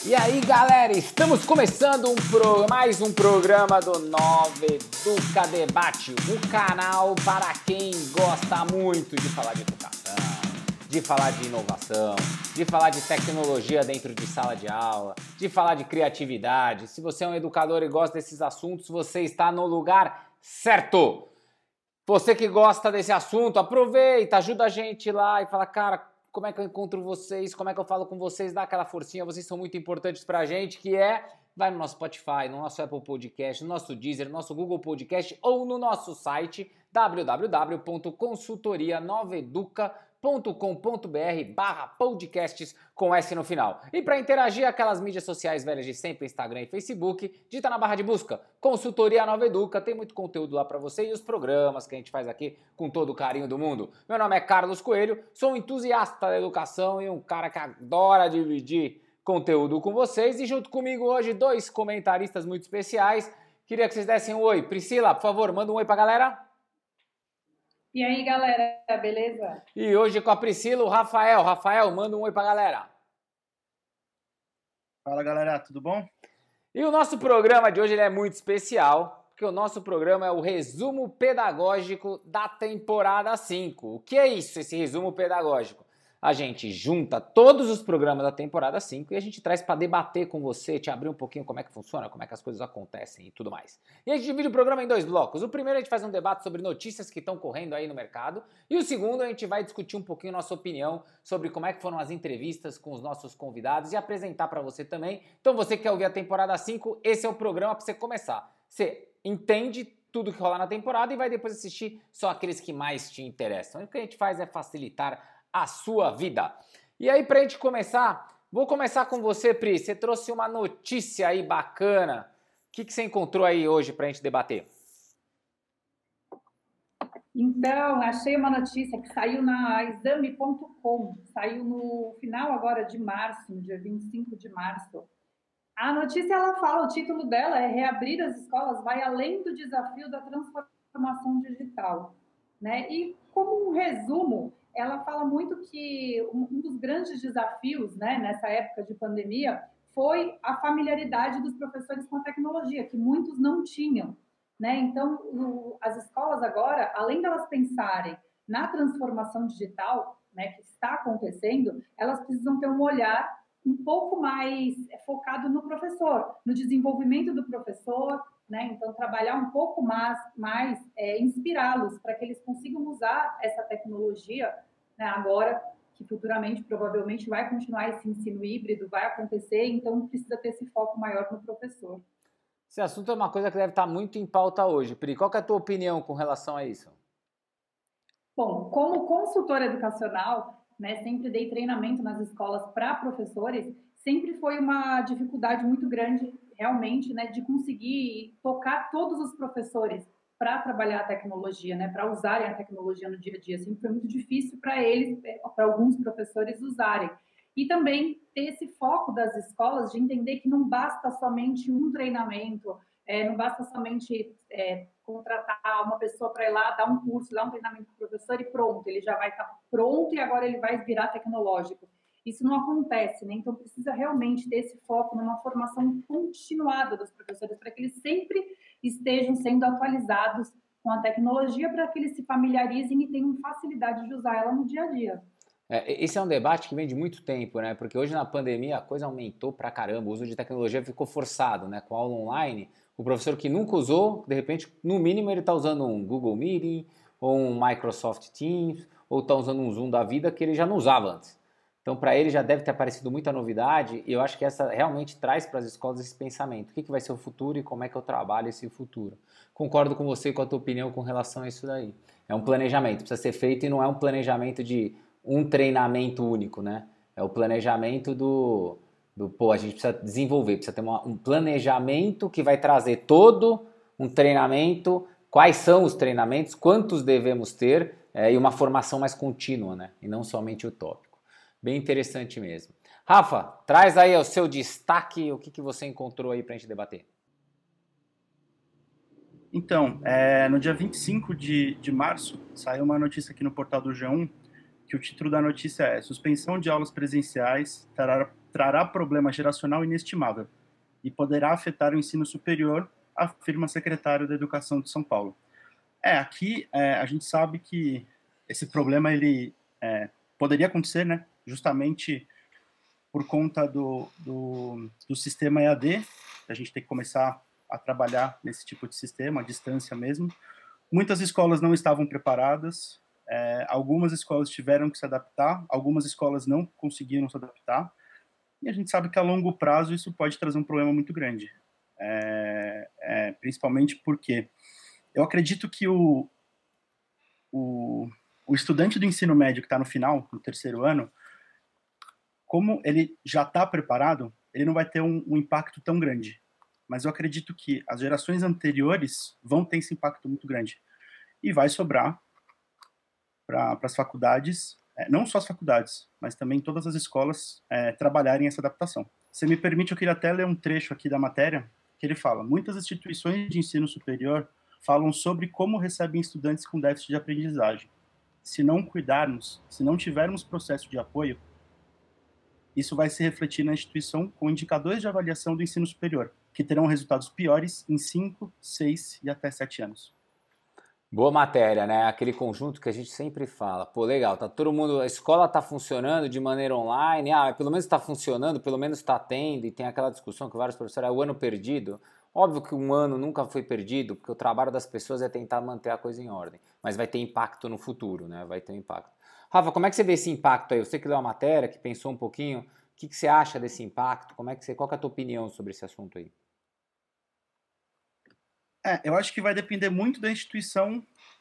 E aí, galera, estamos começando mais um programa do Nova Educa Debate, o canal para quem gosta muito de falar de educação, de falar de inovação, de falar de tecnologia dentro de sala de aula, de falar de criatividade. Se você é um educador e gosta desses assuntos, você está no lugar certo. Você que gosta desse assunto, aproveita, ajuda a gente lá e fala, cara, como é que eu encontro vocês, como é que eu falo com vocês, dá aquela forcinha, vocês são muito importantes pra gente, que é, vai no nosso Spotify, no nosso Apple Podcast, no nosso Deezer, no nosso Google Podcast ou no nosso site www.consultorianovaeduca.com.br/podcasts com S no final. E para interagir, aquelas mídias sociais velhas de sempre, Instagram e Facebook, digita na barra de busca Consultoria Nova Educa, tem muito conteúdo lá para você e os programas que a gente faz aqui com todo o carinho do mundo. Meu nome é Carlos Coelho, sou um entusiasta da educação e um cara que adora dividir conteúdo com vocês. E junto comigo hoje, dois comentaristas muito especiais. Queria que vocês dessem um oi. Priscila, por favor, manda um oi pra galera. E aí, galera, beleza? E hoje com a Priscila, o Rafael. Rafael, manda um oi pra galera. Fala, galera, tudo bom? E o nosso programa de hoje ele é muito especial, porque o nosso programa é o resumo pedagógico da temporada 5. O que é isso, esse resumo pedagógico? A gente junta todos os programas da temporada 5 e a gente traz para debater com você, te abrir um pouquinho como é que funciona, como é que as coisas acontecem e tudo mais. E a gente divide o programa em dois blocos. O primeiro a gente faz um debate sobre notícias que estão correndo aí no mercado e o segundo a gente vai discutir um pouquinho nossa opinião sobre como é que foram as entrevistas com os nossos convidados e apresentar para você também. Então você que quer ouvir a temporada 5, esse é o programa para você começar. Você entende tudo que rola na temporada e vai depois assistir só aqueles que mais te interessam. E o que a gente faz é facilitar a sua vida. E aí, pra gente começar, vou começar com você, Pri. Você trouxe uma notícia aí bacana. O que você encontrou aí hoje pra gente debater? Então, achei uma notícia que saiu na exame.com, saiu no final agora de março, no dia 25 de março. A notícia, ela fala, o título dela é Reabrir as escolas vai além do desafio da transformação digital, né? E como um resumo, ela fala muito que um dos grandes desafios, né, nessa época de pandemia foi a familiaridade dos professores com a tecnologia, que muitos não tinham, né? Então, as escolas agora, além de elas pensarem na transformação digital, né, que está acontecendo, elas precisam ter um olhar um pouco mais focado no professor, no desenvolvimento do professor, né? Então, trabalhar um pouco mais inspirá-los para que eles consigam usar essa tecnologia, né, agora que futuramente, provavelmente, vai continuar esse ensino híbrido, vai acontecer, então precisa ter esse foco maior no professor. Esse assunto é uma coisa que deve estar muito em pauta hoje. Pri, qual que é a tua opinião com relação a isso? Bom, como consultora educacional, né, sempre dei treinamento nas escolas para professores, sempre foi uma dificuldade muito grande, realmente, né, de conseguir tocar todos os professores para trabalhar a tecnologia, né, para usarem a tecnologia no dia a dia. Sempre foi muito difícil para eles, para alguns professores usarem. E também ter esse foco das escolas de entender que não basta somente um treinamento, não basta somente contratar uma pessoa para ir lá, dar um curso, dar um treinamento para o professor e pronto, ele já vai estar pronto e agora ele vai virar tecnológico. Isso não acontece, né? Então precisa realmente ter esse foco numa formação continuada dos professores para que eles sempre estejam sendo atualizados com a tecnologia para que eles se familiarizem e tenham facilidade de usar ela no dia a dia. Esse é um debate que vem de muito tempo, né? Porque hoje na pandemia a coisa aumentou pra caramba, o uso de tecnologia ficou forçado, né? Com aula online, o professor que nunca usou, de repente, no mínimo ele está usando um Google Meeting, ou um Microsoft Teams, ou está usando um Zoom da vida que ele já não usava antes. Então, para ele já deve ter aparecido muita novidade e eu acho que essa realmente traz para as escolas esse pensamento. O que vai ser o futuro e como é que eu trabalho esse futuro? Concordo com você e com a tua opinião com relação a isso daí. É um planejamento, precisa ser feito e não é um planejamento de um treinamento único, né? É o planejamento a gente precisa desenvolver, precisa ter um planejamento que vai trazer todo um treinamento, quais são os treinamentos, quantos devemos ter e uma formação mais contínua, né? E não somente utópico. Bem interessante mesmo. Rafa, traz aí o seu destaque, o que você encontrou aí para a gente debater. Então, no dia 25 de março, saiu uma notícia aqui no portal do G1, que o título da notícia é Suspensão de aulas presenciais trará problema geracional inestimável e poderá afetar o ensino superior, afirma secretário da Educação de São Paulo. Aqui a gente sabe que esse problema ele poderia acontecer, né, justamente por conta do sistema EAD, a gente tem que começar a trabalhar nesse tipo de sistema, à distância mesmo. Muitas escolas não estavam preparadas, algumas escolas tiveram que se adaptar, algumas escolas não conseguiram se adaptar, e a gente sabe que a longo prazo isso pode trazer um problema muito grande, principalmente porque eu acredito que o estudante do ensino médio que está no final, no terceiro ano, como ele já está preparado, ele não vai ter um impacto tão grande. Mas eu acredito que as gerações anteriores vão ter esse impacto muito grande. E vai sobrar para as faculdades, não só as faculdades, mas também todas as escolas trabalharem essa adaptação. Se me permite, eu queria até ler um trecho aqui da matéria, que ele fala: muitas instituições de ensino superior falam sobre como recebem estudantes com déficit de aprendizagem. Se não cuidarmos, se não tivermos processo de apoio, isso vai se refletir na instituição com indicadores de avaliação do ensino superior, que terão resultados piores em 5, 6 e até 7 anos. Boa matéria, né? Aquele conjunto que a gente sempre fala. Pô, legal, tá todo mundo, a escola tá funcionando de maneira online, pelo menos tá funcionando, pelo menos tá tendo, e tem aquela discussão que vários professores, o ano perdido. Óbvio que um ano nunca foi perdido, porque o trabalho das pessoas é tentar manter a coisa em ordem, mas vai ter impacto no futuro, né? Vai ter um impacto. Rafa, como é que você vê esse impacto aí? Você que leu a matéria, que pensou um pouquinho, o que você acha desse impacto? Qual que é a tua opinião sobre esse assunto aí? Eu acho que vai depender muito da instituição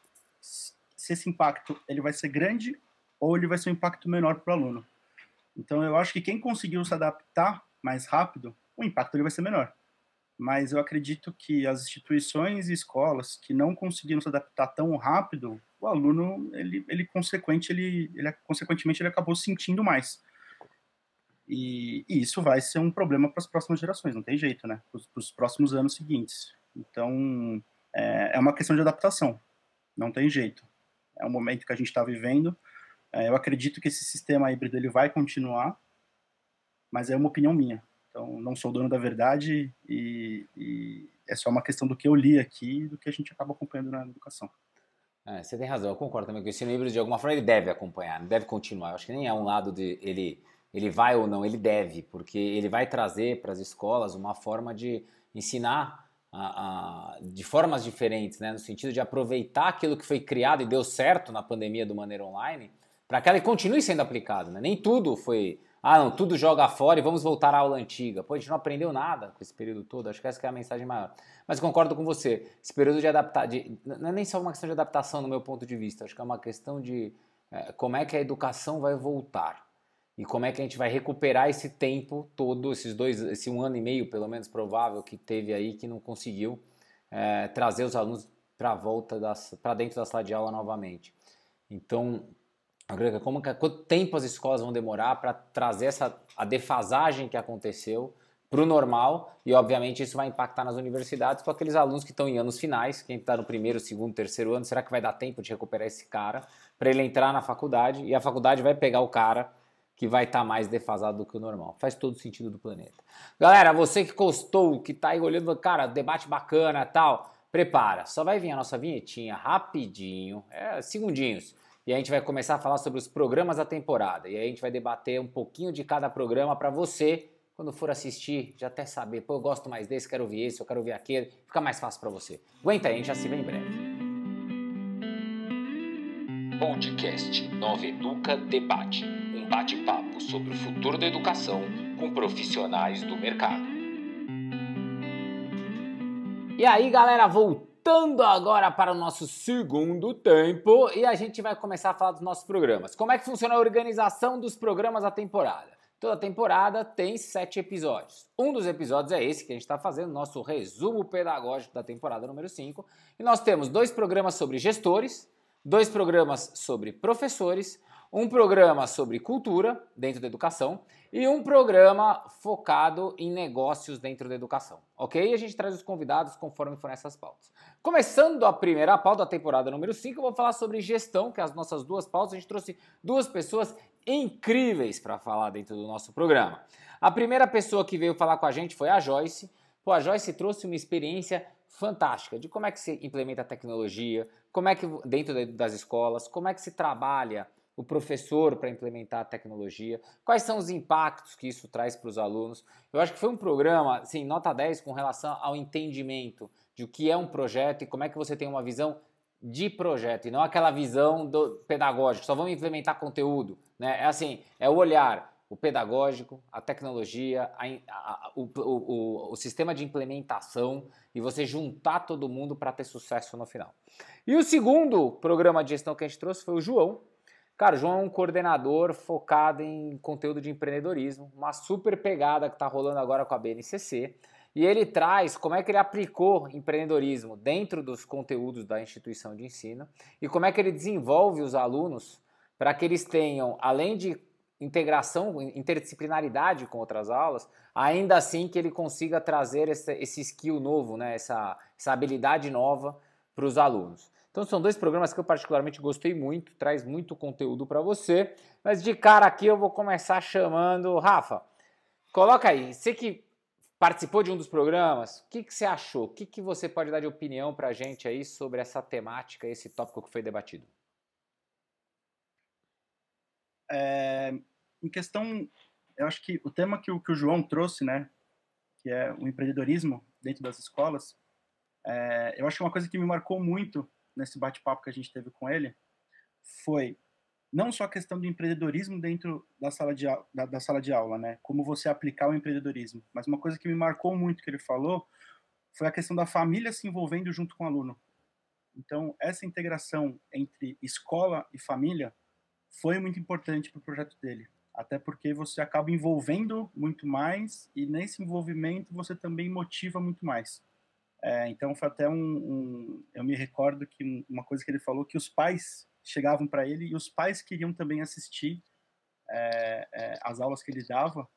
se esse impacto ele vai ser grande ou ele vai ser um impacto menor para o aluno. Então, eu acho que quem conseguiu se adaptar mais rápido, o impacto ele vai ser menor. Mas eu acredito que as instituições e escolas que não conseguiram se adaptar tão rápido, o aluno, consequentemente, ele acabou sentindo mais. E isso vai ser um problema para as próximas gerações, não tem jeito, né? Para os próximos anos seguintes. Então, é uma questão de adaptação, não tem jeito. É um momento que a gente está vivendo. Eu acredito que esse sistema híbrido ele vai continuar, mas é uma opinião minha. Então, não sou dono da verdade e é só uma questão do que eu li aqui e do que a gente acaba acompanhando na educação. Você tem razão, eu concordo também que o ensino híbrido, de alguma forma, ele deve acompanhar, deve continuar. Eu acho que nem é um lado de ele vai ou não, ele deve, porque ele vai trazer para as escolas uma forma de ensinar de formas diferentes, né? No sentido de aproveitar aquilo que foi criado e deu certo na pandemia de maneira online, para que ela continue sendo aplicada, né? Nem tudo foi... não, tudo joga fora e vamos voltar à aula antiga. Pô, a gente não aprendeu nada com esse período todo, acho que essa que é a mensagem maior. Mas concordo com você, esse período de adaptar, não é nem só uma questão de adaptação no meu ponto de vista, acho que é uma questão de como é que a educação vai voltar e como é que a gente vai recuperar esse tempo todo, esse 1 ano e meio, pelo menos provável, que teve aí, que não conseguiu trazer os alunos para dentro da sala de aula novamente. Então... quanto tempo as escolas vão demorar para trazer a defasagem que aconteceu para o normal, e obviamente isso vai impactar nas universidades com aqueles alunos que estão em anos finais, quem está no primeiro, segundo, terceiro ano, será que vai dar tempo de recuperar esse cara para ele entrar na faculdade, e a faculdade vai pegar o cara que vai estar mais defasado do que o normal. Faz todo sentido do planeta. Galera, você que gostou, que está aí olhando, cara, debate bacana e tal, prepara, só vai vir a nossa vinhetinha rapidinho, segundinhos. E a gente vai começar a falar sobre os programas da temporada. E aí a gente vai debater um pouquinho de cada programa para você, quando for assistir, já até saber, pô, eu gosto mais desse, quero ouvir esse, eu quero ouvir aquele. Fica mais fácil para você. Aguenta aí, a gente já se vê em breve. Podcast Nova Educa Debate. Um bate-papo sobre o futuro da educação com profissionais do mercado. E aí, galera, voltando agora para o nosso segundo tempo e a gente vai começar a falar dos nossos programas. Como é que funciona a organização dos programas da temporada? Toda temporada tem 7 episódios. Um dos episódios é esse que a gente está fazendo, nosso resumo pedagógico da temporada número 5. E nós temos 2 programas sobre gestores, 2 programas sobre professores, um programa sobre cultura dentro da educação e um programa focado em negócios dentro da educação, ok? E a gente traz os convidados conforme forem essas pautas. Começando a primeira pauta da temporada número 5, eu vou falar sobre gestão, que é as nossas duas pautas. A gente trouxe duas pessoas incríveis para falar dentro do nosso programa. A primeira pessoa que veio falar com a gente foi a Joyce. Pô, a Joyce trouxe uma experiência fantástica de como é que se implementa a tecnologia, como é que dentro das escolas, como é que se trabalha o professor para implementar a tecnologia, quais são os impactos que isso traz para os alunos. Eu acho que foi um programa, assim, nota 10 com relação ao entendimento de o que é um projeto e como é que você tem uma visão de projeto e não aquela visão do pedagógico, só vamos implementar conteúdo, né? É assim, é o olhar, o pedagógico, a tecnologia, o sistema de implementação e você juntar todo mundo para ter sucesso no final. E o segundo programa de gestão que a gente trouxe foi o João. Cara, o João é um coordenador focado em conteúdo de empreendedorismo, uma super pegada que está rolando agora com a BNCC. E ele traz como é que ele aplicou empreendedorismo dentro dos conteúdos da instituição de ensino e como é que ele desenvolve os alunos para que eles tenham, além de integração, interdisciplinaridade com outras aulas, ainda assim que ele consiga trazer esse skill novo, né? essa habilidade nova para os alunos. Então são dois programas que eu particularmente gostei muito, traz muito conteúdo para você, mas de cara aqui eu vou começar chamando... Rafa, coloca aí, você que participou de um dos programas, o que você achou? O que você pode dar de opinião para a gente aí sobre essa temática, esse tópico que foi debatido? Em questão, eu acho que o tema que o João trouxe, né, que é o empreendedorismo dentro das escolas, eu acho que uma coisa que me marcou muito nesse bate-papo que a gente teve com ele foi não só a questão do empreendedorismo dentro da sala de aula, né, como você aplicar o empreendedorismo, mas uma coisa que me marcou muito que ele falou foi a questão da família se envolvendo junto com o aluno. Então, essa integração entre escola e família foi muito importante para o projeto dele, até porque você acaba envolvendo muito mais e nesse envolvimento você também motiva muito mais. Então foi até eu me recordo que uma coisa que ele falou, que os pais chegavam para ele e os pais queriam também assistir as aulas que ele dava,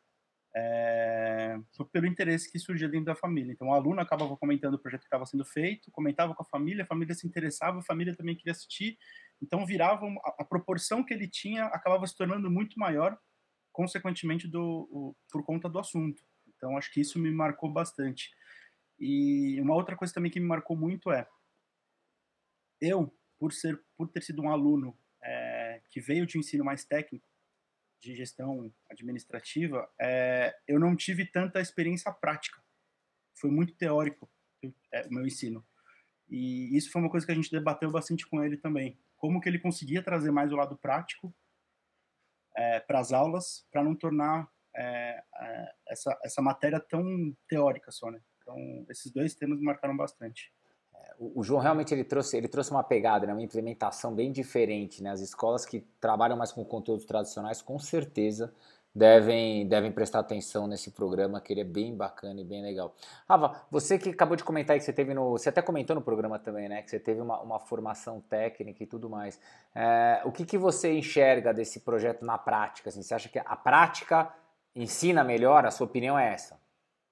pelo interesse que surgia dentro da família. Então o aluno acabava comentando o projeto que estava sendo feito, comentava com a família se interessava, a família também queria assistir, então virava a proporção que ele tinha acabava se tornando muito maior, consequentemente por conta do assunto. Então acho que isso me marcou bastante. E uma outra coisa também que me marcou muito eu, por ter sido um aluno que veio de ensino mais técnico, de gestão administrativa, eu não tive tanta experiência prática. Foi muito teórico o meu ensino. E isso foi uma coisa que a gente debateu bastante com ele também. Como que ele conseguia trazer mais o lado prático para as aulas, para não tornar essa matéria tão teórica só, né? Então, esses dois temas me marcaram bastante. O João realmente ele trouxe uma pegada, né, uma implementação bem diferente, né? As escolas que trabalham mais com conteúdos tradicionais, com certeza, devem prestar atenção nesse programa, que ele é bem bacana e bem legal. Rafa, você que acabou de comentar aí que você até comentou no programa também, né? Que você teve uma formação técnica e tudo mais. O que você enxerga desse projeto na prática? Assim, você acha que a prática ensina melhor? A sua opinião é essa?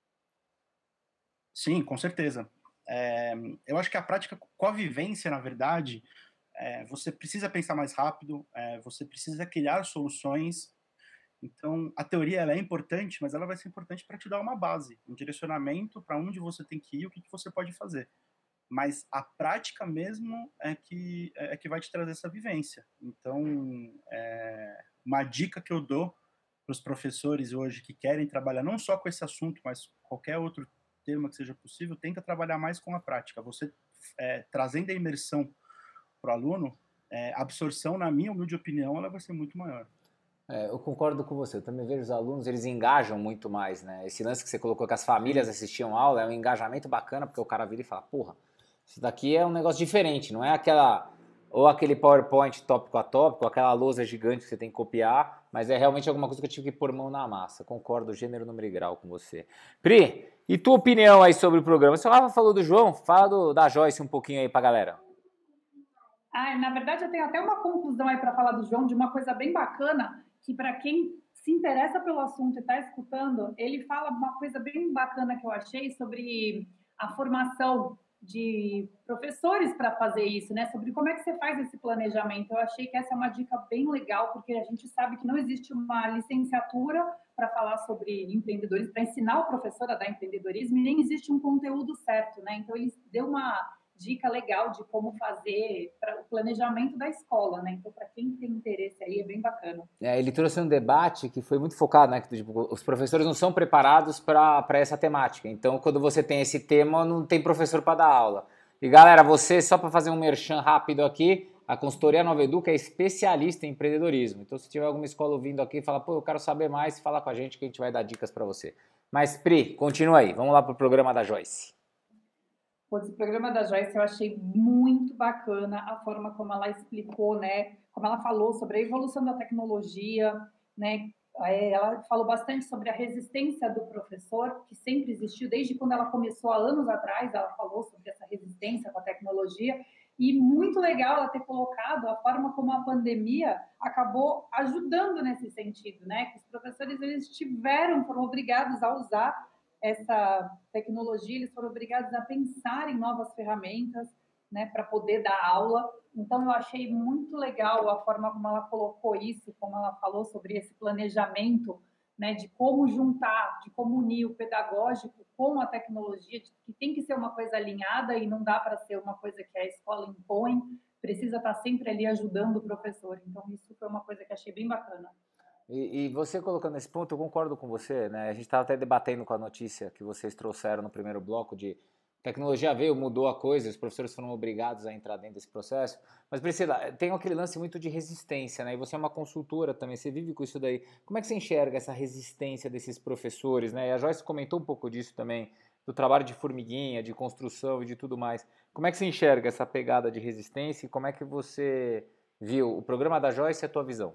Sim, com certeza. Eu acho que a prática, com a vivência, na verdade, você precisa pensar mais rápido, você precisa criar soluções. Então, a teoria ela é importante, mas ela vai ser importante para te dar uma base, um direcionamento para onde você tem que ir, o que você pode fazer. Mas a prática mesmo é que vai te trazer essa vivência. Então, uma dica que eu dou para os professores hoje que querem trabalhar não só com esse assunto, mas qualquer outro tema que seja possível, tenta trabalhar mais com a prática. Você trazendo a imersão para o aluno, a absorção, na minha humilde opinião, ela vai ser muito maior. Eu concordo com você, eu também vejo os alunos, eles engajam muito mais, né? Esse lance que você colocou que as famílias assistiam aula é um engajamento bacana, porque o cara vira e fala, porra, isso daqui é um negócio diferente, não é aquele PowerPoint tópico a tópico, aquela lousa gigante que você tem que copiar, mas é realmente alguma coisa que eu tive que pôr mão na massa. Concordo, gênero, número e grau com você. Pri, e tua opinião aí sobre o programa? Você falou do João, fala da Joyce um pouquinho aí pra galera. Na verdade, eu tenho até uma conclusão aí para falar do João, de uma coisa bem bacana, que para quem se interessa pelo assunto e está escutando, ele fala uma coisa bem bacana que eu achei sobre a formação de professores para fazer isso, né? Sobre como é que você faz esse planejamento. Eu achei que essa é uma dica bem legal, porque a gente sabe que não existe uma licenciatura para falar sobre empreendedorismo, para ensinar o professor a dar empreendedorismo, e nem existe um conteúdo certo, né? Então, ele deu uma dica legal de como fazer o planejamento da escola, né? Então, para quem tem interesse aí, é bem bacana. Ele trouxe um debate que foi muito focado, né? Que, tipo, os professores não são preparados para essa temática. Então, quando você tem esse tema, não tem professor para dar aula. E galera, você, só para fazer um merchan rápido aqui, a consultoria Nova Educa é especialista em empreendedorismo. Então, se tiver alguma escola ouvindo aqui e falar, pô, eu quero saber mais, fala com a gente que a gente vai dar dicas para você. Mas, Pri, continua aí. Vamos lá para o programa da Joyce. Esse programa da Joyce eu achei muito bacana a forma como ela explicou, né? Como ela falou sobre a evolução da tecnologia, né? Ela falou bastante sobre a resistência do professor, que sempre existiu, desde quando ela começou há anos atrás, ela falou sobre essa resistência com a tecnologia, e muito legal ela ter colocado a forma como a pandemia acabou ajudando nesse sentido, né? Que os professores, eles foram obrigados a usar essa tecnologia, eles foram obrigados a pensar em novas ferramentas, né, para poder dar aula. Então, eu achei muito legal a forma como ela colocou isso, como ela falou sobre esse planejamento, né, de como juntar, de como unir o pedagógico com a tecnologia, que tem que ser uma coisa alinhada e não dá para ser uma coisa que a escola impõe, precisa estar sempre ali ajudando o professor. Então, isso foi uma coisa que achei bem bacana. E você colocando esse ponto, eu concordo com você, né? A gente estava até debatendo com a notícia que vocês trouxeram no primeiro bloco de tecnologia veio, mudou a coisa, os professores foram obrigados a entrar dentro desse processo. Mas, Priscila, tem aquele lance muito de resistência, né? E você é uma consultora também, você vive com isso daí. Como é que você enxerga essa resistência desses professores, né? E a Joyce comentou um pouco disso também, do trabalho de formiguinha, de construção e de tudo mais. Como é que você enxerga essa pegada de resistência e como é que você viu o programa da Joyce e a tua visão?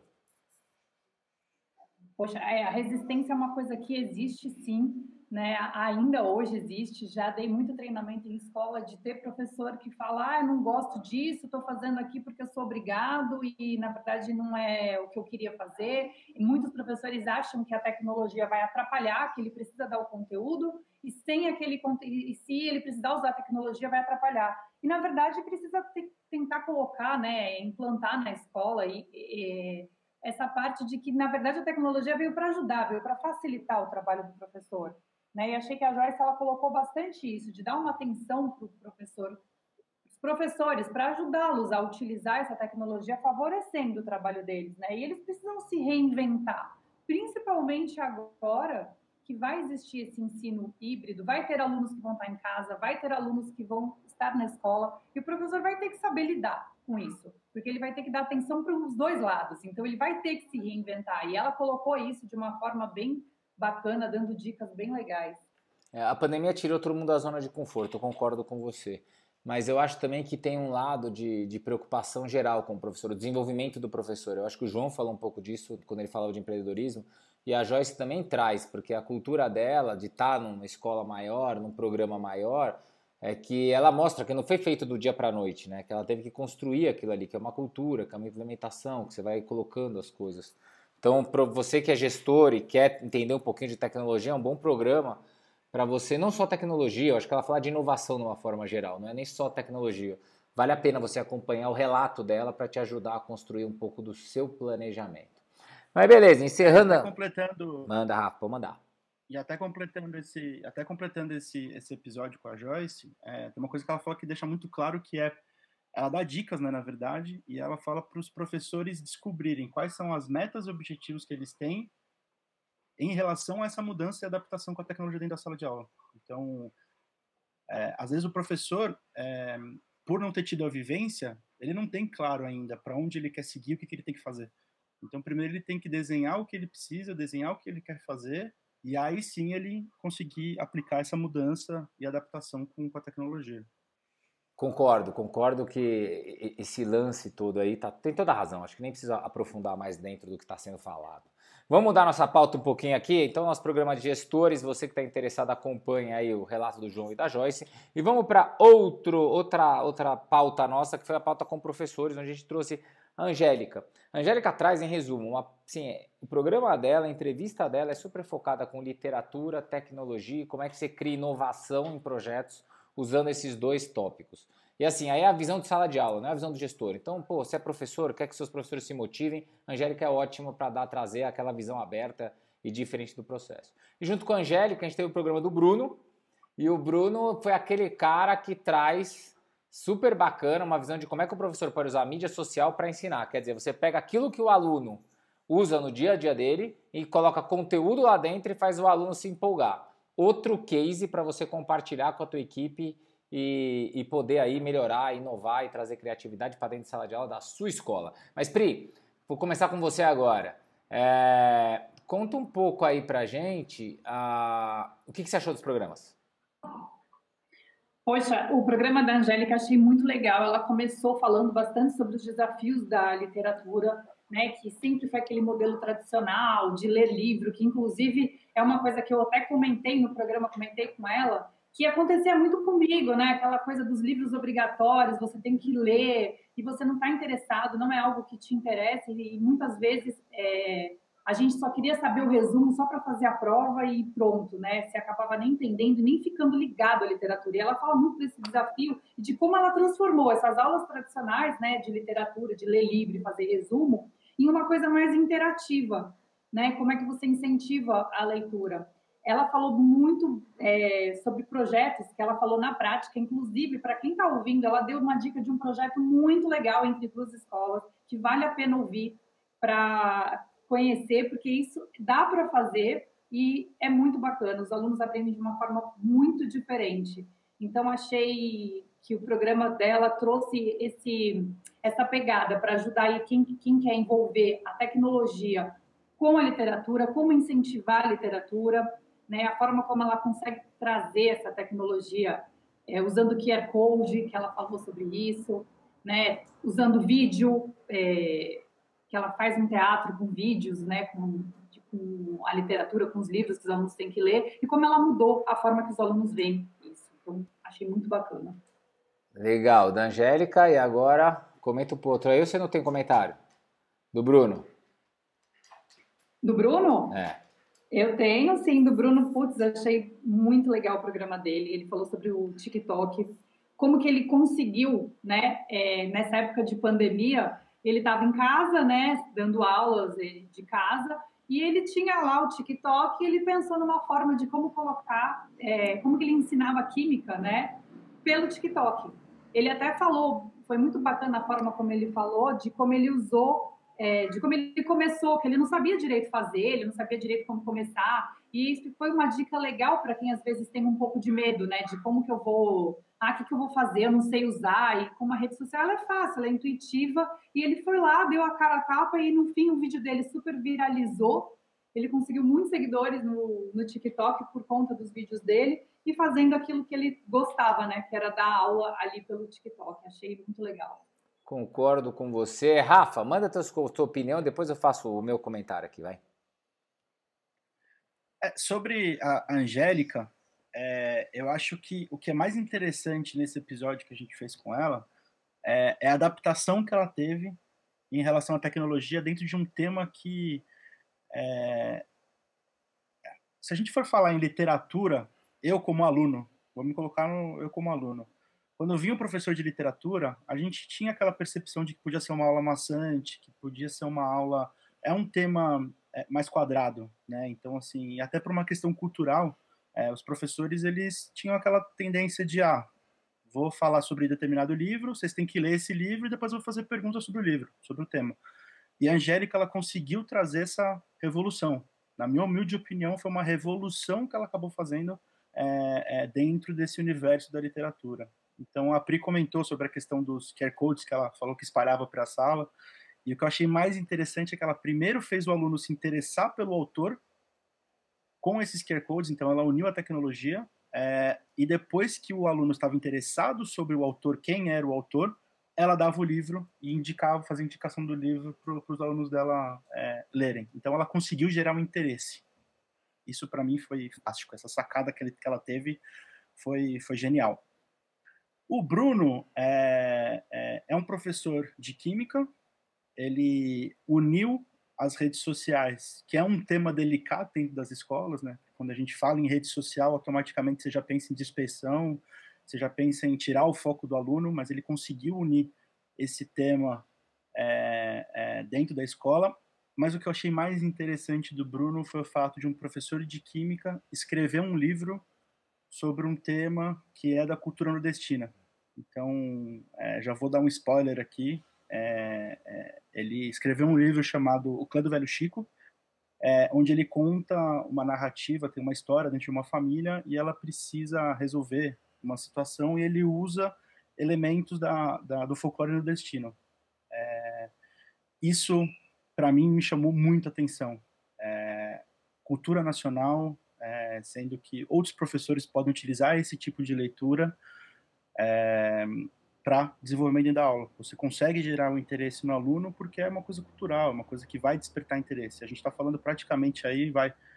Poxa, a resistência é uma coisa que existe sim, né? Ainda hoje existe. Já dei muito treinamento em escola de ter professor que fala, eu não gosto disso, estou fazendo aqui porque eu sou obrigado e na verdade não é o que eu queria fazer. E muitos professores acham que a tecnologia vai atrapalhar, que ele precisa dar o conteúdo e sem aquele e se ele precisar usar a tecnologia vai atrapalhar. E na verdade precisa tentar colocar, né, implantar na escola e essa parte de que, na verdade, a tecnologia veio para ajudar, veio para facilitar o trabalho do professor. Né? E achei que a Joyce ela colocou bastante isso, de dar uma atenção para o professor, os professores, para ajudá-los a utilizar essa tecnologia, favorecendo o trabalho deles. Né? E eles precisam se reinventar, principalmente agora que vai existir esse ensino híbrido, vai ter alunos que vão estar em casa, vai ter alunos que vão estar na escola, e o professor vai ter que saber lidar com isso, porque ele vai ter que dar atenção para os dois lados, então ele vai ter que se reinventar, e ela colocou isso de uma forma bem bacana, dando dicas bem legais. A pandemia tirou todo mundo da zona de conforto, eu concordo com você. Mas eu acho também que tem um lado de preocupação geral com o professor, o desenvolvimento do professor. Eu acho que o João falou um pouco disso quando ele falava de empreendedorismo, e a Joyce também traz, porque a cultura dela de estar numa escola maior, num programa maior, é que ela mostra que não foi feito do dia para a noite, né? Que ela teve que construir aquilo ali, que é uma cultura, que é uma implementação, que você vai colocando as coisas. Então, para você que é gestor e quer entender um pouquinho de tecnologia, é um bom programa para você, não só tecnologia, eu acho que ela fala de inovação de uma forma geral, não é nem só tecnologia. Vale a pena você acompanhar o relato dela para te ajudar a construir um pouco do seu planejamento. Mas beleza, encerrando. Completando. Manda, Rafa, pode mandar. E até completando esse episódio com a Joyce, tem uma coisa que ela fala que deixa muito claro que ela dá dicas, né, na verdade, e ela fala para os professores descobrirem quais são as metas e objetivos que eles têm em relação a essa mudança e adaptação com a tecnologia dentro da sala de aula. Então, às vezes o professor, por não ter tido a vivência, ele não tem claro ainda para onde ele quer seguir, o que ele tem que fazer. Então, primeiro ele tem que desenhar o que ele precisa, desenhar o que ele quer fazer, e aí sim ele conseguir aplicar essa mudança e adaptação com a tecnologia. Concordo que esse lance todo aí tem toda a razão. Acho que nem precisa aprofundar mais dentro do que está sendo falado. Vamos mudar nossa pauta um pouquinho aqui. Então, nosso programa de gestores, você que está interessado, acompanha aí o relato do João e da Joyce. E vamos para outra pauta nossa, que foi a pauta com professores, onde a gente trouxe a Angélica. A Angélica traz, em resumo, o programa dela, a entrevista dela é super focada com literatura, tecnologia, como é que você cria inovação em projetos usando esses dois tópicos. E assim, aí é a visão de sala de aula, não é a visão do gestor. Então, pô, você é professor, quer que seus professores se motivem, a Angélica é ótima para trazer aquela visão aberta e diferente do processo. E junto com a Angélica, a gente teve o programa do Bruno, e o Bruno foi aquele cara que traz super bacana uma visão de como é que o professor pode usar a mídia social para ensinar. Quer dizer, você pega aquilo que o aluno usa no dia a dia dele e coloca conteúdo lá dentro e faz o aluno se empolgar. Outro case para você compartilhar com a tua equipe e poder aí melhorar, inovar e trazer criatividade para dentro de sala de aula da sua escola. Mas Pri, vou começar com você agora. Conta um pouco aí pra gente o que você achou dos programas. Poxa, o programa da Angélica achei muito legal. Ela começou falando bastante sobre os desafios da literatura, né, que sempre foi aquele modelo tradicional de ler livro, que inclusive é uma coisa que eu até comentei no programa, comentei com ela, que acontecia muito comigo, né? Aquela coisa dos livros obrigatórios, você tem que ler e você não está interessado, não é algo que te interessa e muitas vezes a gente só queria saber o resumo só para fazer a prova e pronto, né? Você acabava nem entendendo e nem ficando ligado à literatura. E ela fala muito desse desafio e de como ela transformou essas aulas tradicionais, né, de literatura, de ler livro e fazer resumo, em uma coisa mais interativa, né? Como é que você incentiva a leitura? Ela falou muito sobre projetos que ela falou na prática, inclusive, para quem está ouvindo, ela deu uma dica de um projeto muito legal entre duas escolas, que vale a pena ouvir para conhecer, porque isso dá para fazer e é muito bacana. Os alunos aprendem de uma forma muito diferente. Então, achei que o programa dela trouxe essa pegada para ajudar aí quem quer envolver a tecnologia com a literatura, como incentivar a literatura, né? A forma como ela consegue trazer essa tecnologia usando o QR Code, que ela falou sobre isso, né? Usando vídeo, que ela faz um teatro com vídeos, né? Com a literatura, com os livros que os alunos têm que ler, e como ela mudou a forma que os alunos veem isso. Então, achei muito bacana. Legal, da Angélica, e agora comenta pro outro aí, ou você não tem comentário? Do Bruno. Do Bruno? É. Eu tenho, sim, do Bruno. Putz, achei muito legal o programa dele. Ele falou sobre o TikTok, como que ele conseguiu, né, nessa época de pandemia, ele estava em casa, né, dando aulas de casa, e ele tinha lá o TikTok e ele pensou numa forma de como colocar, como que ele ensinava química, né, pelo TikTok. Ele até falou, foi muito bacana a forma como ele falou, de como ele usou de como ele começou, que ele não sabia direito fazer, ele não sabia direito como começar, e isso foi uma dica legal para quem às vezes tem um pouco de medo, né, de como que eu vou, o que eu vou fazer, eu não sei usar, e como a rede social ela é fácil, ela é intuitiva, e ele foi lá, deu a cara a tapa, e no fim o vídeo dele super viralizou, ele conseguiu muitos seguidores no TikTok por conta dos vídeos dele, e fazendo aquilo que ele gostava, né, que era dar aula ali pelo TikTok, achei muito legal. Concordo com você. Rafa, manda a tua opinião, depois eu faço o meu comentário aqui, vai. Sobre a Angélica, eu acho que o que é mais interessante nesse episódio que a gente fez com ela é a adaptação que ela teve em relação à tecnologia dentro de um tema que, se a gente for falar em literatura, eu como aluno, vou me colocar eu como aluno, quando eu vi um professor de literatura, a gente tinha aquela percepção de que podia ser uma aula maçante, que podia ser uma aula... É um tema mais quadrado, né? Então, assim, até por uma questão cultural, os professores, eles tinham aquela tendência de, vou falar sobre determinado livro, vocês têm que ler esse livro e depois eu vou fazer perguntas sobre o livro, sobre o tema. E a Angélica, ela conseguiu trazer essa revolução. Na minha humilde opinião, foi uma revolução que ela acabou fazendo dentro desse universo da literatura. Então, a Pri comentou sobre a questão dos QR Codes, que ela falou que espalhava para a sala, e o que eu achei mais interessante é que ela primeiro fez o aluno se interessar pelo autor com esses QR Codes, então ela uniu a tecnologia, e depois que o aluno estava interessado sobre o autor, quem era o autor, ela dava o livro e indicava, fazia indicação do livro para os alunos dela lerem. Então ela conseguiu gerar um interesse. Isso para mim foi fantástico. Essa sacada que ela teve foi genial. O Bruno é um professor de química. Ele uniu as redes sociais, que é um tema delicado dentro das escolas, né? Quando a gente fala em rede social, automaticamente você já pensa em dispersão, você já pensa em tirar o foco do aluno, mas ele conseguiu unir esse tema dentro da escola. Mas o que eu achei mais interessante do Bruno foi o fato de um professor de química escrever um livro sobre um tema que é da cultura nordestina. Então, já vou dar um spoiler aqui. Ele escreveu um livro chamado O Clã do Velho Chico, onde ele conta uma narrativa, tem uma história dentro de uma família e ela precisa resolver uma situação e ele usa elementos do folclore nordestino. Isso, para mim, me chamou muita atenção. Cultura nacional, sendo que outros professores podem utilizar esse tipo de leitura para desenvolvimento da aula. Você consegue gerar um interesse no aluno porque é uma coisa cultural, uma coisa que vai despertar interesse. A gente está falando praticamente aí,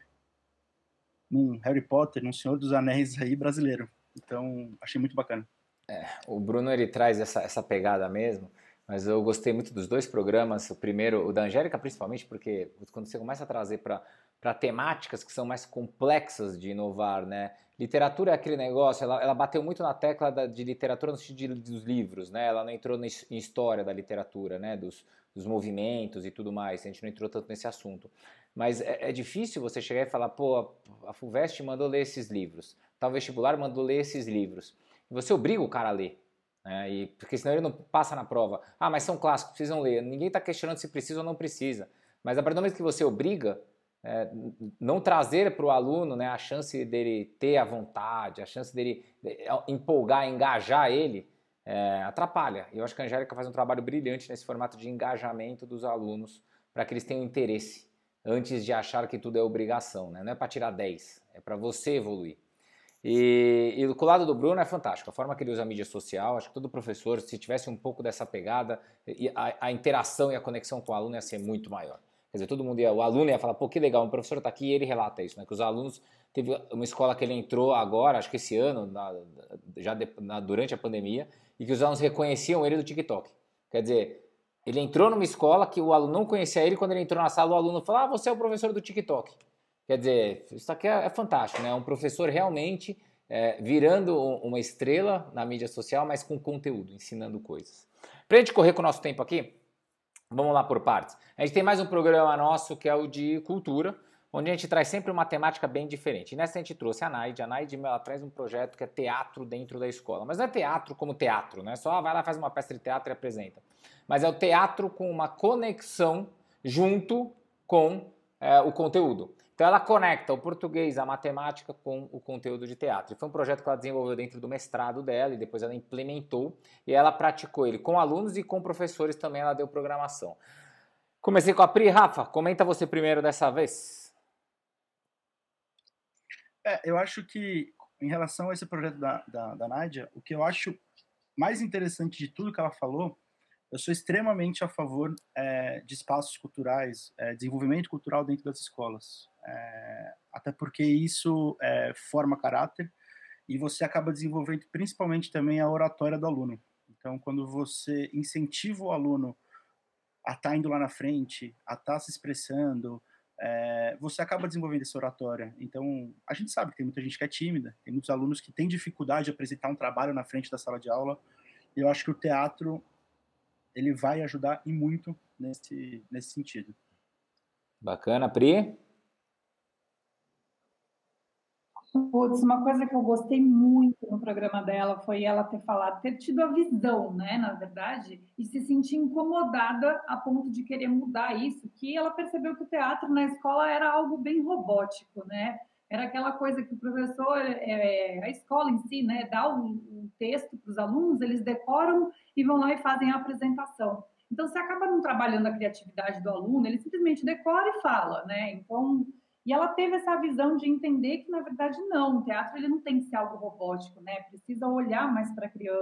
num Harry Potter, num Senhor dos Anéis aí brasileiro. Então, achei muito bacana. O Bruno, ele traz essa pegada mesmo, mas eu gostei muito dos dois programas. O primeiro, o da Angélica, principalmente, porque quando você começa a trazer para temáticas que são mais complexas de inovar, né? Literatura é aquele negócio, ela bateu muito na tecla de literatura no sentido dos livros, né? Ela não entrou em história da literatura, né? Dos movimentos e tudo mais, a gente não entrou tanto nesse assunto. Mas é difícil você chegar e falar, pô, a FUVEST mandou ler esses livros, tal vestibular mandou ler esses livros. E você obriga o cara a ler. Porque senão ele não passa na prova. Ah, mas são clássicos, precisam ler. Ninguém está questionando se precisa ou não precisa. Mas a partir do momento que você obriga, não trazer para o aluno, né, a chance dele ter a vontade, a chance dele empolgar, engajar ele, atrapalha. E eu acho que a Angélica faz um trabalho brilhante nesse formato de engajamento dos alunos para que eles tenham interesse antes de achar que tudo é obrigação. Né? Não é para tirar 10, é para você evoluir. E o lado do Bruno é fantástico, a forma que ele usa a mídia social, acho que todo professor, se tivesse um pouco dessa pegada, a interação e a conexão com o aluno ia ser muito maior. Quer dizer, o aluno ia falar, pô, que legal, um professor está aqui e ele relata isso, né? Que os alunos, teve uma escola que ele entrou agora, acho que esse ano, durante a pandemia, e que os alunos reconheciam ele do TikTok. Quer dizer, ele entrou numa escola que o aluno não conhecia ele, quando ele entrou na sala o aluno falou, você é o professor do TikTok. Quer dizer, isso aqui é fantástico, né? Um professor realmente virando uma estrela na mídia social, mas com conteúdo, ensinando coisas. Pra gente correr com o nosso tempo aqui, vamos lá por partes. A gente tem mais um programa nosso que é o de cultura, onde a gente traz sempre uma temática bem diferente. E nessa a gente trouxe a Naide. A Naide, ela traz um projeto que é teatro dentro da escola. Mas não é teatro como teatro, né? Só vai lá, faz uma peça de teatro e apresenta. Mas é o teatro com uma conexão junto com o conteúdo. Então ela conecta o português, a matemática com o conteúdo de teatro. E foi um projeto que ela desenvolveu dentro do mestrado dela e depois ela implementou e ela praticou ele com alunos e com professores também, ela deu programação. Comecei com a Pri. Rafa, comenta você primeiro dessa vez. Eu acho que, em relação a esse projeto da Nádia, o que eu acho mais interessante de tudo que ela falou, eu sou extremamente a favor de espaços culturais, desenvolvimento cultural dentro das escolas. Até porque isso forma caráter e você acaba desenvolvendo principalmente também a oratória do aluno. Então, quando você incentiva o aluno a estar indo lá na frente, a estar se expressando, você acaba desenvolvendo essa oratória. Então, a gente sabe que tem muita gente que é tímida, tem muitos alunos que têm dificuldade de apresentar um trabalho na frente da sala de aula, e eu acho que o teatro ele vai ajudar e muito nesse sentido. Bacana, Pri? Putz, uma coisa que eu gostei muito no programa dela foi ela ter tido a visão, né, na verdade, e se sentir incomodada a ponto de querer mudar isso, que ela percebeu que o teatro na escola era algo bem robótico, né? Era aquela coisa que o professor, a escola em si, né, dá um texto para os alunos, eles decoram e vão lá e fazem a apresentação. Então, você acaba não trabalhando a criatividade do aluno, ele simplesmente decora e fala, né? Então, e ela teve essa visão de entender que, na verdade, não, o teatro ele não tem que ser algo robótico, né? Precisa olhar mais para a criança,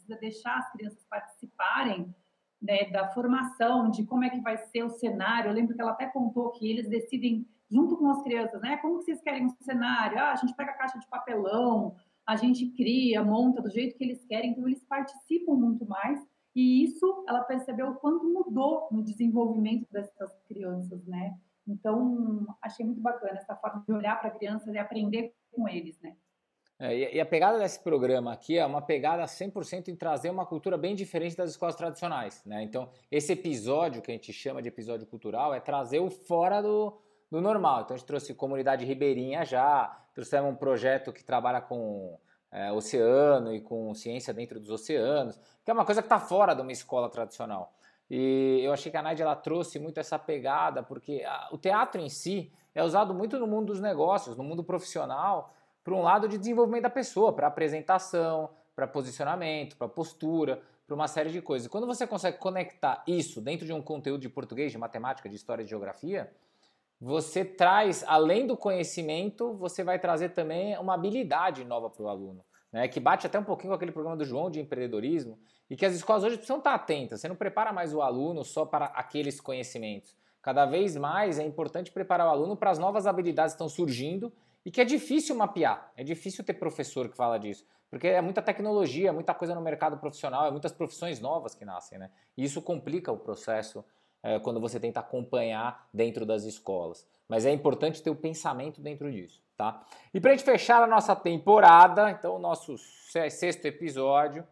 precisa deixar as crianças participarem, né, da formação, de como é que vai ser o cenário. Eu lembro que ela até contou que eles decidem, junto com as crianças, né, como que vocês querem um cenário? A gente pega a caixa de papelão, a gente cria, monta do jeito que eles querem, então eles participam muito mais. E isso, ela percebeu o quanto mudou no desenvolvimento dessas crianças, né? Então, achei muito bacana essa forma de olhar para crianças e aprender com eles, né? E a pegada desse programa aqui é uma pegada 100% em trazer uma cultura bem diferente das escolas tradicionais, né? Então, esse episódio que a gente chama de episódio cultural é trazer o fora do normal. Então, a gente trouxe comunidade ribeirinha já, trouxemos um projeto que trabalha com oceano e com ciência dentro dos oceanos, que é uma coisa que está fora de uma escola tradicional. E eu achei que a Nádia ela trouxe muito essa pegada, porque o teatro em si é usado muito no mundo dos negócios, no mundo profissional, para um lado de desenvolvimento da pessoa, para apresentação, para posicionamento, para postura, para uma série de coisas. E quando você consegue conectar isso dentro de um conteúdo de português, de matemática, de história e de geografia, você traz, além do conhecimento, você vai trazer também uma habilidade nova para o aluno, né? Que bate até um pouquinho com aquele programa do João de empreendedorismo e que as escolas hoje precisam estar atentas. Você não prepara mais o aluno só para aqueles conhecimentos. Cada vez mais é importante preparar o aluno para as novas habilidades que estão surgindo e que é difícil mapear, é difícil ter professor que fala disso, porque é muita tecnologia, muita coisa no mercado profissional, é muitas profissões novas que nascem, né? E isso complica o processo quando você tenta acompanhar dentro das escolas. Mas é importante ter o pensamento dentro disso, tá? E para a gente fechar a nossa temporada, então o nosso sexto episódio,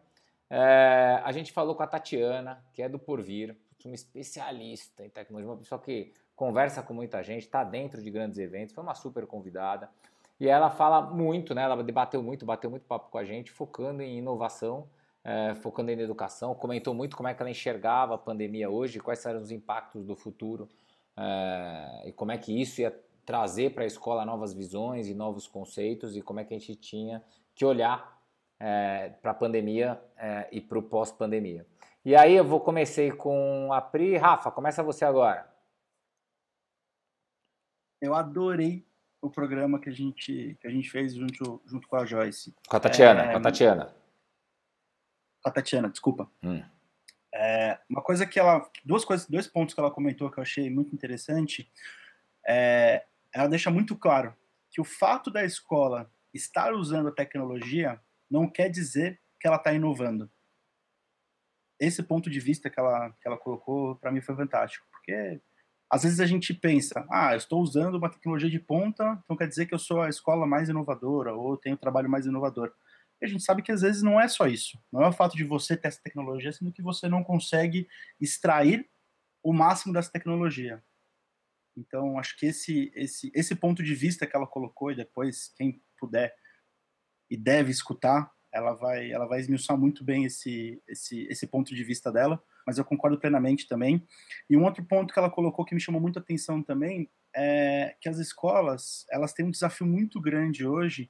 a gente falou com a Tatiana, que é do Porvir, uma especialista em tecnologia, uma pessoa que conversa com muita gente, está dentro de grandes eventos, foi uma super convidada. E ela fala muito, né? Ela bateu muito papo com a gente, focando em inovação, focando em educação, comentou muito como é que ela enxergava a pandemia hoje, quais eram os impactos do futuro e como é que isso ia trazer para a escola novas visões e novos conceitos e como é que a gente tinha que olhar para a pandemia e para o pós-pandemia. E aí comecei com a Pri. Rafa, começa você agora. Eu adorei o programa que a gente fez junto com a Joyce. Com a Tatiana. Com a Tatiana, desculpa. Uma coisa que dois pontos que ela comentou que eu achei muito interessante. Ela deixa muito claro que o fato da escola estar usando a tecnologia não quer dizer que ela está inovando. Esse ponto de vista que ela colocou, para mim, foi fantástico. Porque, às vezes, a gente pensa, eu estou usando uma tecnologia de ponta, então quer dizer que eu sou a escola mais inovadora, ou tenho o trabalho mais inovador. E a gente sabe que, às vezes, não é só isso. Não é o fato de você ter essa tecnologia, sendo que você não consegue extrair o máximo dessa tecnologia. Então, acho que esse ponto de vista que ela colocou, e depois, quem puder e deve escutar, ela vai esmiuçar muito bem esse ponto de vista dela, mas eu concordo plenamente também. E um outro ponto que ela colocou que me chamou muita atenção também é que as escolas, elas têm um desafio muito grande hoje,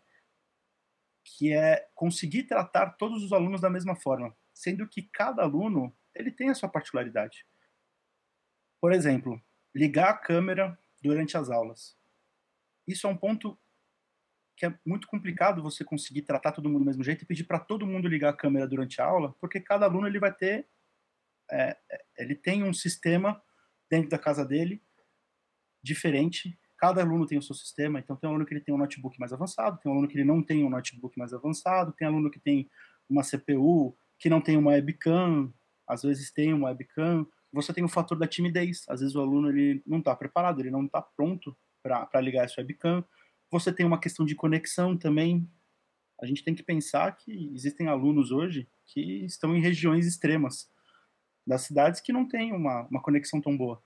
que é conseguir tratar todos os alunos da mesma forma, sendo que cada aluno, ele tem a sua particularidade. Por exemplo, ligar a câmera durante as aulas. Isso é um ponto que é muito complicado você conseguir tratar todo mundo do mesmo jeito e pedir para todo mundo ligar a câmera durante a aula, porque cada aluno ele vai ter, ele tem um sistema dentro da casa dele diferente. Cada aluno tem o seu sistema, então tem um aluno que ele tem um notebook mais avançado, tem um aluno que ele não tem um notebook mais avançado, tem aluno que tem uma CPU, que não tem uma webcam, às vezes tem uma webcam. Você tem o fator da timidez, às vezes o aluno ele não está preparado, ele não está pronto para ligar essa webcam. Você tem uma questão de conexão também. A gente tem que pensar que existem alunos hoje que estão em regiões extremas das cidades que não têm uma conexão tão boa.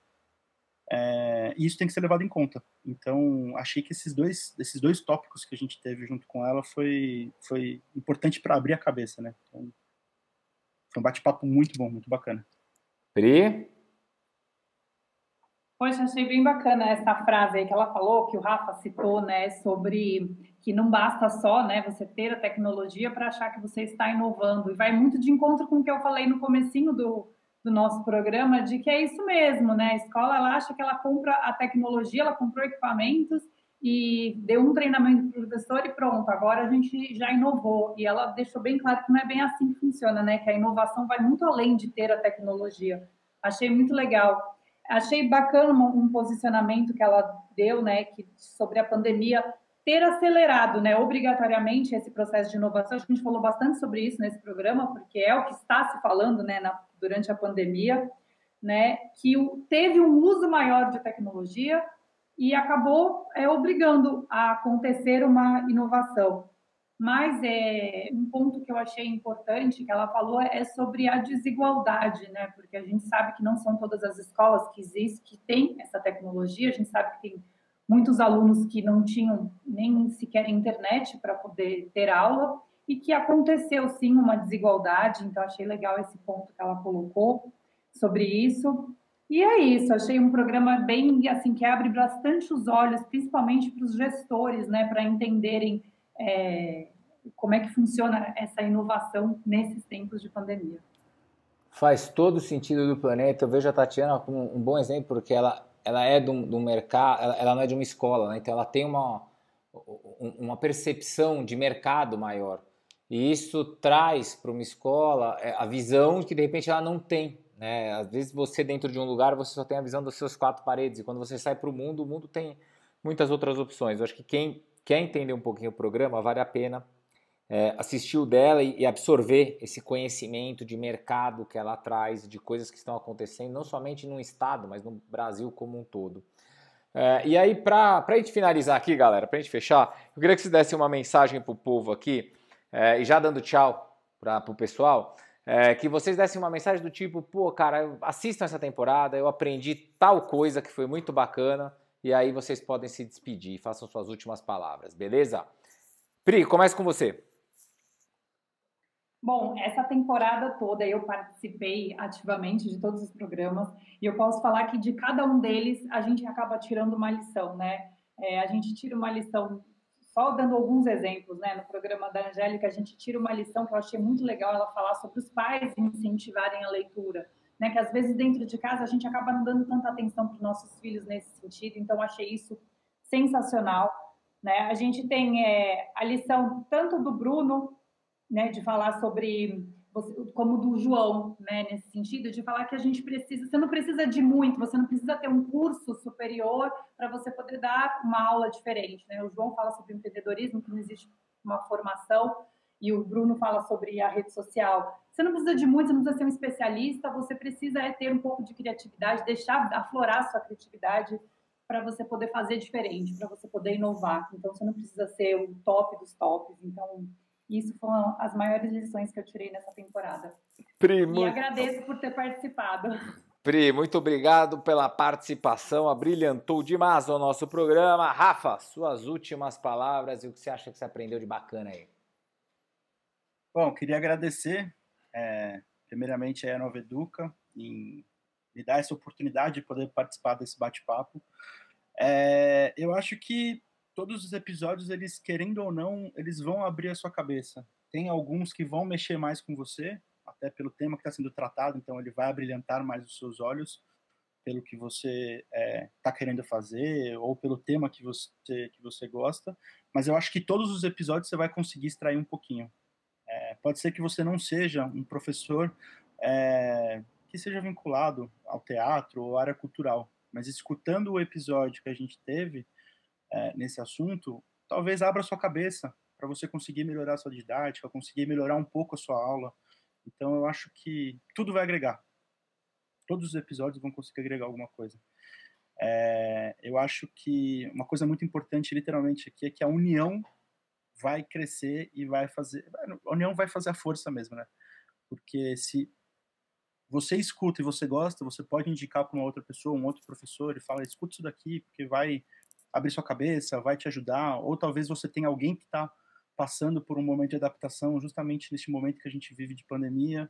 E isso tem que ser levado em conta. Então, achei que esses dois tópicos que a gente teve junto com ela foi importante para abrir a cabeça, né? Então, foi um bate-papo muito bom, muito bacana. Pri? Poxa, achei bem bacana essa frase aí que ela falou, que o Rafa citou, né, sobre que não basta só, né, você ter a tecnologia para achar que você está inovando. E vai muito de encontro com o que eu falei no comecinho do nosso programa, de que é isso mesmo, né? A escola, ela acha que ela compra a tecnologia, ela comprou equipamentos e deu um treinamento para o professor e pronto, agora a gente já inovou. E ela deixou bem claro que não é bem assim que funciona, né? Que a inovação vai muito além de ter a tecnologia. Achei muito legal. Achei bacana um posicionamento que ela deu, né, que, sobre a pandemia ter acelerado, né, obrigatoriamente esse processo de inovação. Acho que a gente falou bastante sobre isso nesse programa, porque é o que está se falando, né, durante a pandemia, né, que teve um uso maior de tecnologia e acabou obrigando a acontecer uma inovação. Mas um ponto que eu achei importante que ela falou é sobre a desigualdade, né? Porque a gente sabe que não são todas as escolas que existem que têm essa tecnologia. A gente sabe que tem muitos alunos que não tinham nem sequer internet para poder ter aula e que aconteceu sim uma desigualdade. Então achei legal esse ponto que ela colocou sobre isso. E é isso, achei um programa bem assim que abre bastante os olhos, principalmente para os gestores, né, para entenderem como é que funciona essa inovação nesses tempos de pandemia. Faz todo o sentido do planeta. Eu vejo a Tatiana como um bom exemplo, porque ela é de um mercado, ela não é de uma escola, né? Então ela tem uma percepção de mercado maior. E isso traz para uma escola a visão que de repente ela não tem. Né? Às vezes você dentro de um lugar você só tem a visão das suas quatro paredes, e quando você sai para o mundo tem muitas outras opções. Eu acho que quem quer entender um pouquinho o programa, vale a pena assistir o dela e absorver esse conhecimento de mercado que ela traz, de coisas que estão acontecendo, não somente no estado, mas no Brasil como um todo. E aí, para a gente finalizar aqui, galera, para a gente fechar, eu queria que vocês dessem uma mensagem para o povo aqui, e já dando tchau para o pessoal, que vocês dessem uma mensagem do tipo, pô, cara, assistam essa temporada, eu aprendi tal coisa que foi muito bacana, e aí vocês podem se despedir, façam suas últimas palavras, beleza? Pri, começa com você. Bom, essa temporada toda eu participei ativamente de todos os programas e eu posso falar que de cada um deles a gente acaba tirando uma lição, né? A gente tira uma lição, só dando alguns exemplos, né? No programa da Angélica, a gente tira uma lição que eu achei muito legal ela falar sobre os pais incentivarem a leitura, né? Que às vezes dentro de casa a gente acaba não dando tanta atenção para os nossos filhos nesse sentido, então achei isso sensacional, né? A gente tem a lição tanto do Bruno, né, de falar sobre como do João, né, nesse sentido de falar que a gente precisa, você não precisa de muito, você não precisa ter um curso superior para você poder dar uma aula diferente, né? O João fala sobre empreendedorismo, que não existe uma formação, e o Bruno fala sobre a rede social. Você não precisa de muito, você não precisa ser um especialista, você precisa ter um pouco de criatividade, deixar aflorar a sua criatividade para você poder fazer diferente, para você poder inovar. Então, você não precisa ser o top dos tops. Então, isso foram as maiores lições que eu tirei nessa temporada. E agradeço por ter participado. Pri, muito obrigado pela participação, abrilhantou demais o nosso programa. Rafa, suas últimas palavras e o que você acha que você aprendeu de bacana aí? Bom, queria agradecer, primeiramente, a Nova Educa em me dar essa oportunidade de poder participar desse bate-papo. Eu acho que todos os episódios, eles querendo ou não, eles vão abrir a sua cabeça. Tem alguns que vão mexer mais com você, até pelo tema que está sendo tratado, então ele vai abrilhantar mais os seus olhos pelo que você está querendo fazer ou pelo tema que você gosta, mas eu acho que todos os episódios você vai conseguir extrair um pouquinho. Pode ser que você não seja um professor que seja vinculado ao teatro ou à área cultural, mas escutando o episódio que a gente teve nesse assunto, talvez abra sua cabeça para você conseguir melhorar a sua didática, conseguir melhorar um pouco a sua aula. Então, eu acho que tudo vai agregar. Todos os episódios vão conseguir agregar alguma coisa. Eu acho que uma coisa muito importante, literalmente, aqui é que a união vai crescer e vai fazer... A união vai fazer a força mesmo, né? Porque se você escuta e você gosta, você pode indicar para uma outra pessoa, um outro professor, e fala, escuta isso daqui, porque vai abrir sua cabeça, vai te ajudar, ou talvez você tenha alguém que está passando por um momento de adaptação, justamente neste momento que a gente vive de pandemia,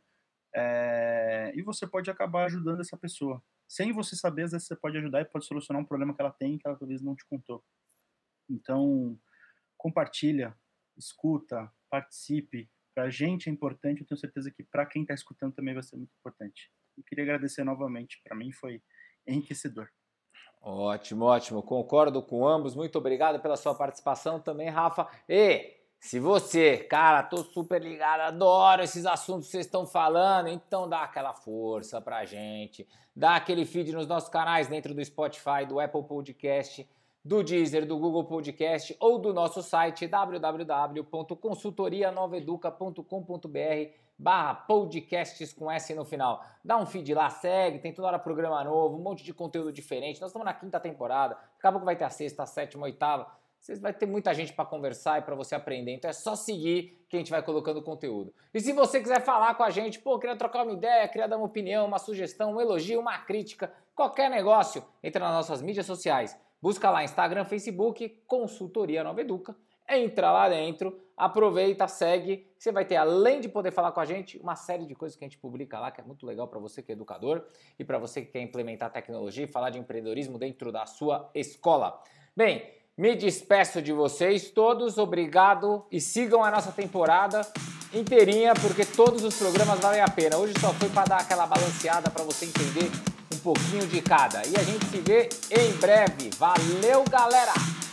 e você pode acabar ajudando essa pessoa. Sem você saber, às vezes você pode ajudar e pode solucionar um problema que ela tem que ela talvez não te contou. Então, compartilha, escuta, participe. Para a gente é importante, eu tenho certeza que para quem está escutando também vai ser muito importante. E queria agradecer novamente, para mim foi enriquecedor. Ótimo, ótimo. Concordo com ambos. Muito obrigado pela sua participação também, Rafa. E se você, cara, tô super ligado, adoro esses assuntos que vocês estão falando, então dá aquela força pra gente. Dá aquele feed nos nossos canais dentro do Spotify, do Apple Podcast, do Deezer, do Google Podcast ou do nosso site www.consultorianoveduca.com.br/podcasts com S no final. Dá um feed lá, segue, tem toda hora programa novo, um monte de conteúdo diferente. Nós estamos na 5ª temporada, daqui a pouco vai ter a 6ª, a 7ª, a 8ª. Vocês vai ter muita gente para conversar e para você aprender. Então é só seguir que a gente vai colocando conteúdo. E se você quiser falar com a gente, queria trocar uma ideia, queria dar uma opinião, uma sugestão, um elogio, uma crítica, qualquer negócio, entra nas nossas mídias sociais. Busca lá Instagram, Facebook, Consultoria Nova Educa. Entra lá dentro, aproveita, segue. Você vai ter, além de poder falar com a gente, uma série de coisas que a gente publica lá, que é muito legal para você que é educador e para você que quer implementar tecnologia e falar de empreendedorismo dentro da sua escola. Bem, me despeço de vocês todos, obrigado e sigam a nossa temporada inteirinha, porque todos os programas valem a pena. Hoje só foi para dar aquela balanceada para você entender um pouquinho de cada. E a gente se vê em breve. Valeu, galera!